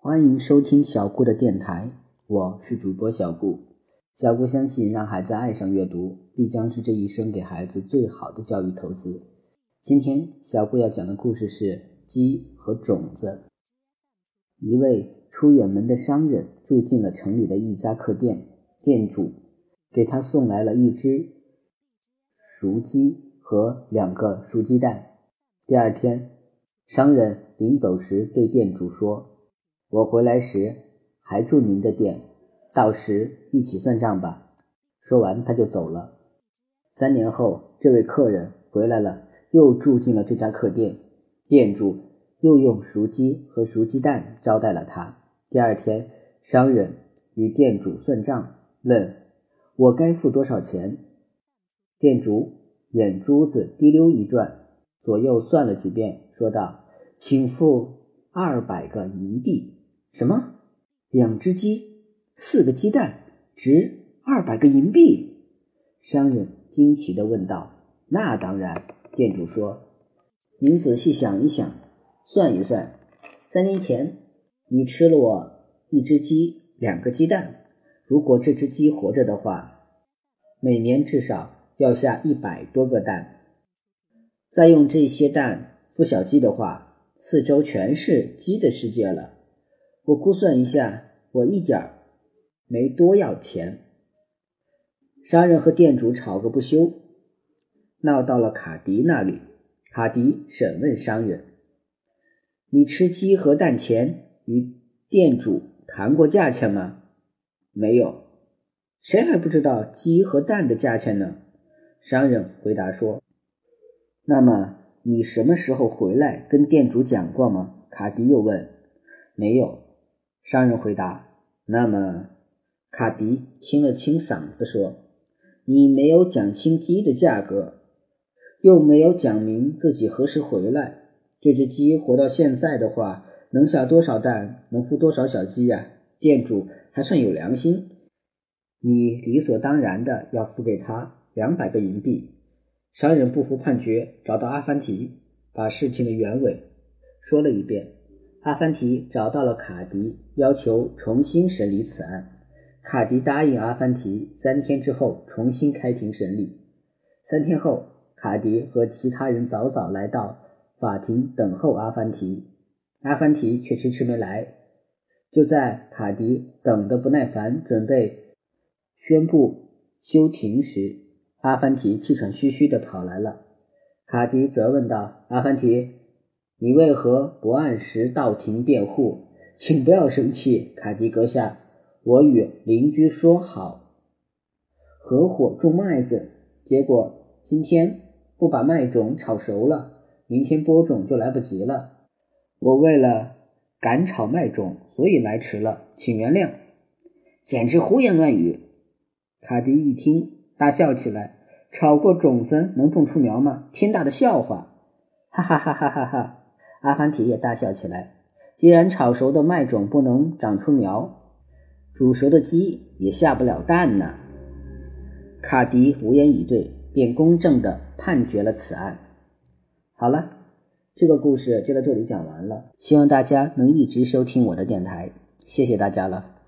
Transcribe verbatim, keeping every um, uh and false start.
欢迎收听小顾的电台，我是主播小顾。小顾相信让孩子爱上阅读必将是这一生给孩子最好的教育投资。今天小顾要讲的故事是鸡和种子。一位出远门的商人住进了城里的一家客店，店主给他送来了一只熟鸡和两个熟鸡蛋。第二天，商人临走时对店主说，我回来时还住您的店，到时一起算账吧。说完他就走了。三年后，这位客人回来了，又住进了这家客店，店主又用熟鸡和熟鸡蛋招待了他。第二天，商人与店主算账，问我该付多少钱。店主眼珠子滴溜一转，左右算了几遍，说道，请付二百个银币。什么？两只鸡，四个鸡蛋，值二百个银币？商人惊奇地问道。那当然，店主说，您仔细想一想，算一算，三年前你吃了我一只鸡，两个鸡蛋，如果这只鸡活着的话，每年至少要下一百多个蛋，再用这些蛋孵小鸡的话，四周全是鸡的世界了。我估算一下，我一点儿没多要钱。商人和店主吵个不休，闹到了卡迪那里。卡迪审问商人，你吃鸡和蛋前与店主谈过价钱吗？没有。谁还不知道鸡和蛋的价钱呢？商人回答说。那么你什么时候回来跟店主讲过吗？卡迪又问。没有。商人回答。那么卡迪清了清嗓子说，你没有讲清鸡的价格，又没有讲明自己何时回来，这只鸡活到现在的话，能下多少蛋，能孵多少小鸡呀？店主还算有良心，你理所当然的要付给他两百个银币。商人不服判决，找到阿凡提，把事情的原委说了一遍。阿凡提找到了卡迪，要求重新审理此案。卡迪答应阿凡提三天之后重新开庭审理。三天后，卡迪和其他人早早来到法庭等候阿凡提，阿凡提却迟迟没来。就在卡迪等得不耐烦，准备宣布休庭时，阿凡提气喘吁吁地跑来了。卡迪责问道，阿凡提，你为何不按时到庭辩护？请不要生气，卡迪阁下，我与邻居说好合伙种麦子，结果今天不把麦种炒熟了，明天播种就来不及了。我为了赶炒麦种，所以来迟了，请原谅。简直胡言乱语。卡迪一听大笑起来，炒过种子能种出苗吗？天大的笑话！哈哈哈哈哈哈！阿凡提也大笑起来。既然炒熟的麦种不能长出苗，煮熟的鸡也下不了蛋呢。卡迪无言以对，便公正地判决了此案。好了，这个故事就到这里讲完了，希望大家能一直收听我的电台，谢谢大家了。